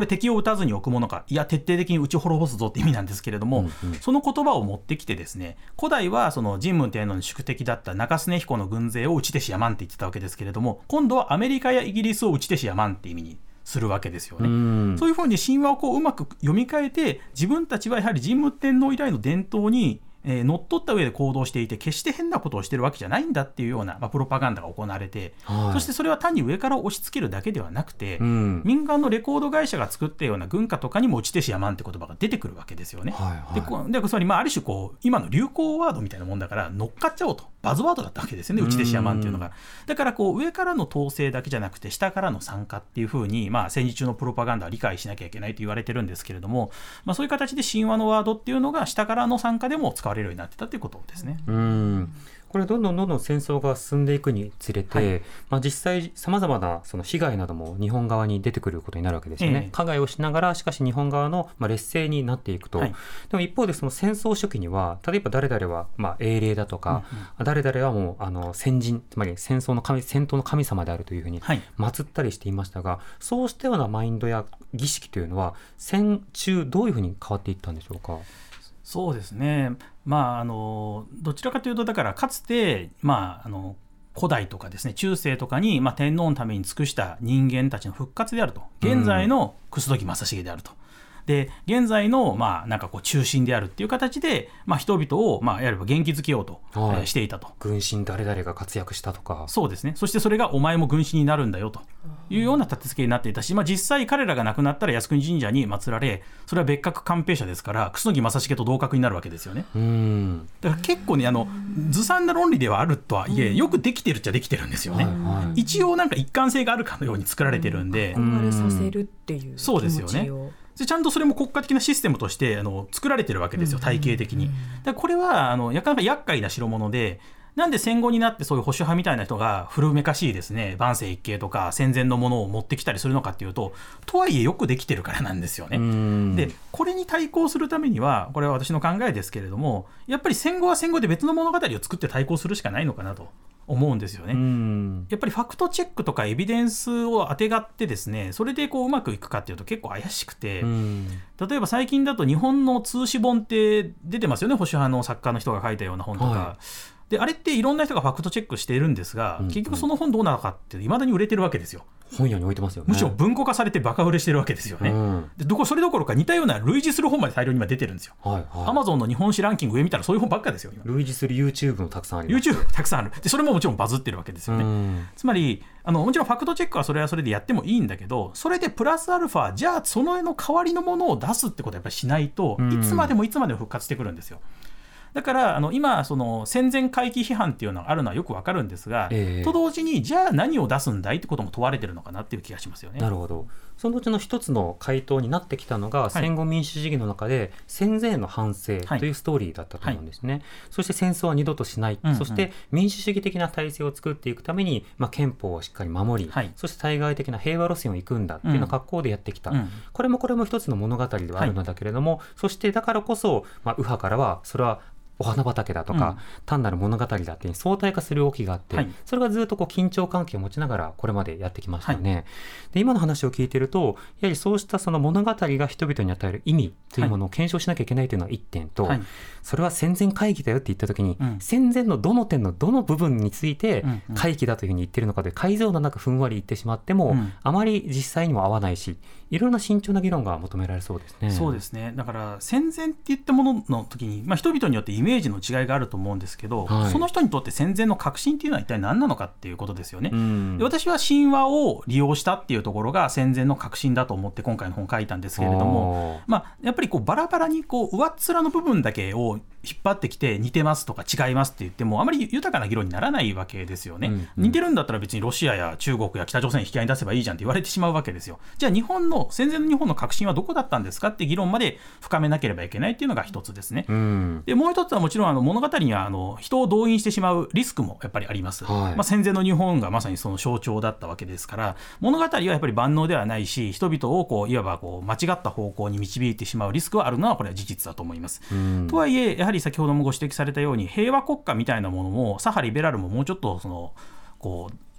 敵を撃たずに置くものか、いや徹底的に撃ち滅ぼすぞって意味なんですけれども、その言葉を持ってきてですね、古代はその神武天皇の宿敵だった中須根彦の軍勢を打ち手しやまんって言ってたわけですけれども、今度はアメリカやイギリスを打ち手しやまんって意味にするわけですよね。そういうふうに神話をうまく読み替えて、自分たちはやはり神武天皇以来の伝統に乗っ取った上で行動していて、決して変なことをしているわけじゃないんだっていうような、プロパガンダが行われて、そしてそれは単に上から押し付けるだけではなくて、民間のレコード会社が作ったような軍歌とかにも打ち手しやまんって言葉が出てくるわけですよね。でつまりある種今の流行ワードみたいなもんだから乗っかっちゃおうと、バズワードだったわけですよね、打ち手しやまんっていうのが。だから上からの統制だけじゃなくて下からの参加っていうふうに、戦時中のプロパガンダは理解しなきゃいけないと言われてるんですけれども、そういう形で神話のワードっていうのが下からの参加でも使われるようになってたということですね。 これどんどん戦争が進んでいくにつれて、実際さまざまなその被害なども日本側に出てくることになるわけですよね。加害をしながらしかし日本側の劣勢になっていくと、でも一方でその戦争初期には例えば誰々は英霊だとか、誰々はもう先人、つまり戦闘の神様であるというふうに祀ったりしていましたが、そうしたようなマインドや儀式というのは戦中どういうふうに変わっていったんでしょうか。 そうですね、どちらかというとだからかつて、古代とかですね、中世とかに、天皇のために尽くした人間たちの復活であると、現在の楠木正成であると、で現在の中心であるっていう形で、人々をやれば元気づけようと、していたと。 軍神誰々が活躍したとか、 そうですね、そしてそれがお前も軍神になるんだよというような立て付けになっていたし、実際彼らが亡くなったら靖国神社に祀られ、それは別格官兵者ですから楠木正成と同格になるわけですよね。だから結構ね、ずさんな論理ではあるとはいえ、よくできてるっちゃできてるんですよね。一応一貫性があるかのように作られてるんで、 憧れさせるっていう気持ちを、 そうですよね。ちゃんとそれも国家的なシステムとして作られてるわけですよ、体系的に。だからこれはなかなか厄介な代物で、なんで戦後になってそういう保守派みたいな人が古めかしいですね、万世一系とか戦前のものを持ってきたりするのかっていうと、とはいえよくできてるからなんですよね。でこれに対抗するためには、これは私の考えですけれども、やっぱり戦後は戦後で別の物語を作って対抗するしかないのかなと思うんですよね。やっぱりファクトチェックとかエビデンスをあてがってですね、それでうまくいくかっていうと結構怪しくて、例えば最近だと日本の通史本って出てますよね、保守派の作家の人が書いたような本とか、であれっていろんな人がファクトチェックしているんですが、結局その本どうなのかっていまだに売れてるわけですよ。 本屋に置いてますよね。 むしろ文庫化されてバカ売れしてるわけですよね。でそれどころか似たような類似する本まで大量に今出てるんですよ。Amazon の日本史ランキング上見たらそういう本ばっかですよ今。 類似する YouTube もたくさんあります。 YouTube たくさんある。でそれももちろんバズってるわけですよね。つまりもちろんファクトチェックはそれはそれでやってもいいんだけど、それでプラスアルファ、じゃあその絵の代わりのものを出すってことはやっぱりしないと、いつまでも復活してくるんですよ。だから今その戦前回帰批判っていうのがあるのはよくわかるんですが、と同時にじゃあ何を出すんだいってことも問われてるのかなっていう気がしますよね。 なるほど。そのうちの一つの回答になってきたのが、戦後民主主義の中で戦前の反省というストーリーだったと思うんですね。そして戦争は二度としない、そして民主主義的な体制を作っていくために、憲法をしっかり守り、そして対外的な平和路線を行くんだっていうような格好でやってきた、これも一つの物語ではあるのだけれども、そしてだからこそ、右派からはそれはお花畑だとか、単なる物語だっていう相対化する動きがあって、それがずっと緊張関係を持ちながらこれまでやってきましたよね。で今の話を聞いていると、やはりそうしたその物語が人々に与える意味というものを検証しなきゃいけないというのは一点と、それは戦前回帰だよって言った時に、戦前のどの点のどの部分について回帰だというふうに言ってるのかで解像度なくふんわり言ってしまっても、あまり実際にも合わないし、いろんな慎重な議論が求められそうですね。 そうですね。だから戦前って言ったものの時に、人々によってイメージの違いがあると思うんですけど、その人にとって戦前の革新っていうのは一体何なのかっていうことですよね。で私は神話を利用したっていうところが戦前の革新だと思って今回の本を書いたんですけれども、やっぱりバラバラに上っ面の部分だけを引っ張ってきて似てますとか違いますって言ってもあまり豊かな議論にならないわけですよね。似てるんだったら別にロシアや中国や北朝鮮引き合いに出せばいいじゃんって言われてしまうわけですよ。じゃあ戦前の日本の革新はどこだったんですかって議論まで深めなければいけないっていうのが一つですね。でもう一つはもちろん物語には人を動員してしまうリスクもやっぱりあります。戦前の日本がまさにその象徴だったわけですから、物語はやっぱり万能ではないし、人々をいわば間違った方向に導いてしまうリスクはあるのはこれは事実だと思います。とはいえやはり先ほどもご指摘されたように、平和国家みたいなものも左派リベラルももうちょっと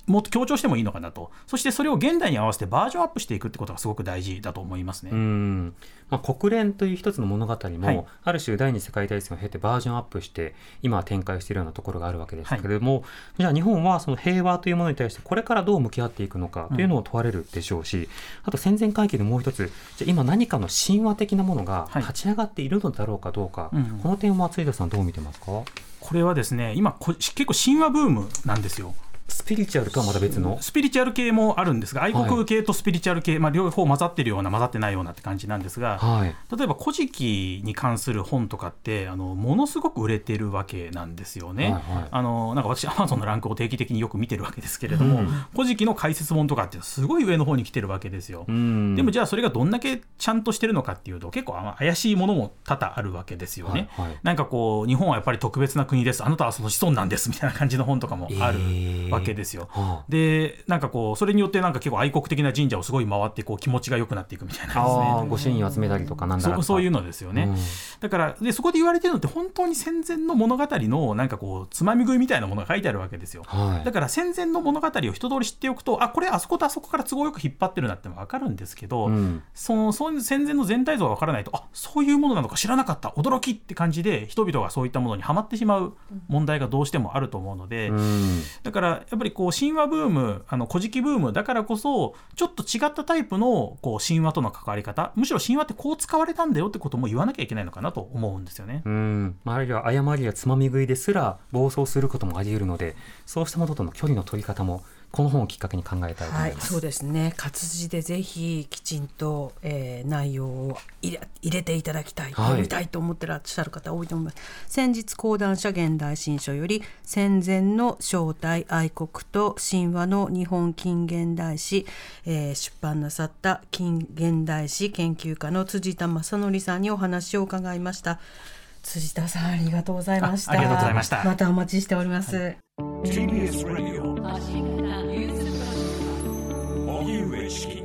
もっと強調してもいいのかなと。そしてそれを現代に合わせてバージョンアップしていくってことがすごく大事だと思いますね。 国連という一つの物語も、ある種第二次世界大戦を経てバージョンアップして今は展開しているようなところがあるわけですけれども、じゃあ日本はその平和というものに対してこれからどう向き合っていくのかというのを問われるでしょうし、あと戦前回帰でもう一つ、じゃあ今何かの神話的なものが立ち上がっているのだろうかどうか、この点は辻田さんどう見てますか？ これはですね、今結構神話ブームなんですよ。 スピリチュアルとはまた別のスピリチュアル系もあるんですが、愛国系とスピリチュアル系、両方混ざってるような混ざってないようなって感じなんですが、例えば古事記に関する本とかってものすごく売れてるわけなんですよね。なんか私 Amazon のランクを定期的によく見てるわけですけれども、古事記の解説本とかってすごい上の方に来てるわけですよ。でもじゃあそれがどんだけちゃんとしてるのかっていうと結構怪しいものも多々あるわけですよね。なんかこう日本はやっぱり特別な国です、あなたはその子孫なんですみたいな感じの本とかもあるわけですよ。でなんかこうそれによってなんか結構愛国的な神社をすごい回ってこう気持ちが良くなっていくみたいなですね。 御朱印を集めたりとかなんだらそういうのですよね。だからでそこで言われてるのって本当に戦前の物語のなんかこうつまみ食いみたいなものが書いてあるわけですよ。だから戦前の物語を一通り知っておくと、これあそことあそこから都合よく引っ張ってるなって分かるんですけど、そういう戦前の全体像が分からないと、そういうものなのか知らなかった驚きって感じで人々がそういったものにはまってしまう問題がどうしてもあると思うので、だからやっぱりこう神話ブーム、古事記ブームだからこそちょっと違ったタイプのこう神話との関わり方、むしろ神話ってこう使われたんだよってことも言わなきゃいけないのかなと思うんですよね。 あるいは誤りやつまみ食いですら暴走することもあり得るので、そうしたものとの距離の取り方もこの本をきっかけに考えたいと思います。 そうですね、活字でぜひきちんと、内容を入れていただきたい、読みたいと思ってらっしゃる方多いと思います。先日講談社現代新書より戦前の正体愛国と神話の日本近現代史、出版なさった近現代史研究家の辻田正則さんにお話を伺いました。辻田さんありがとうございました。 ありがとうございました。 またお待ちしております。 TBS Radio 荻上チキ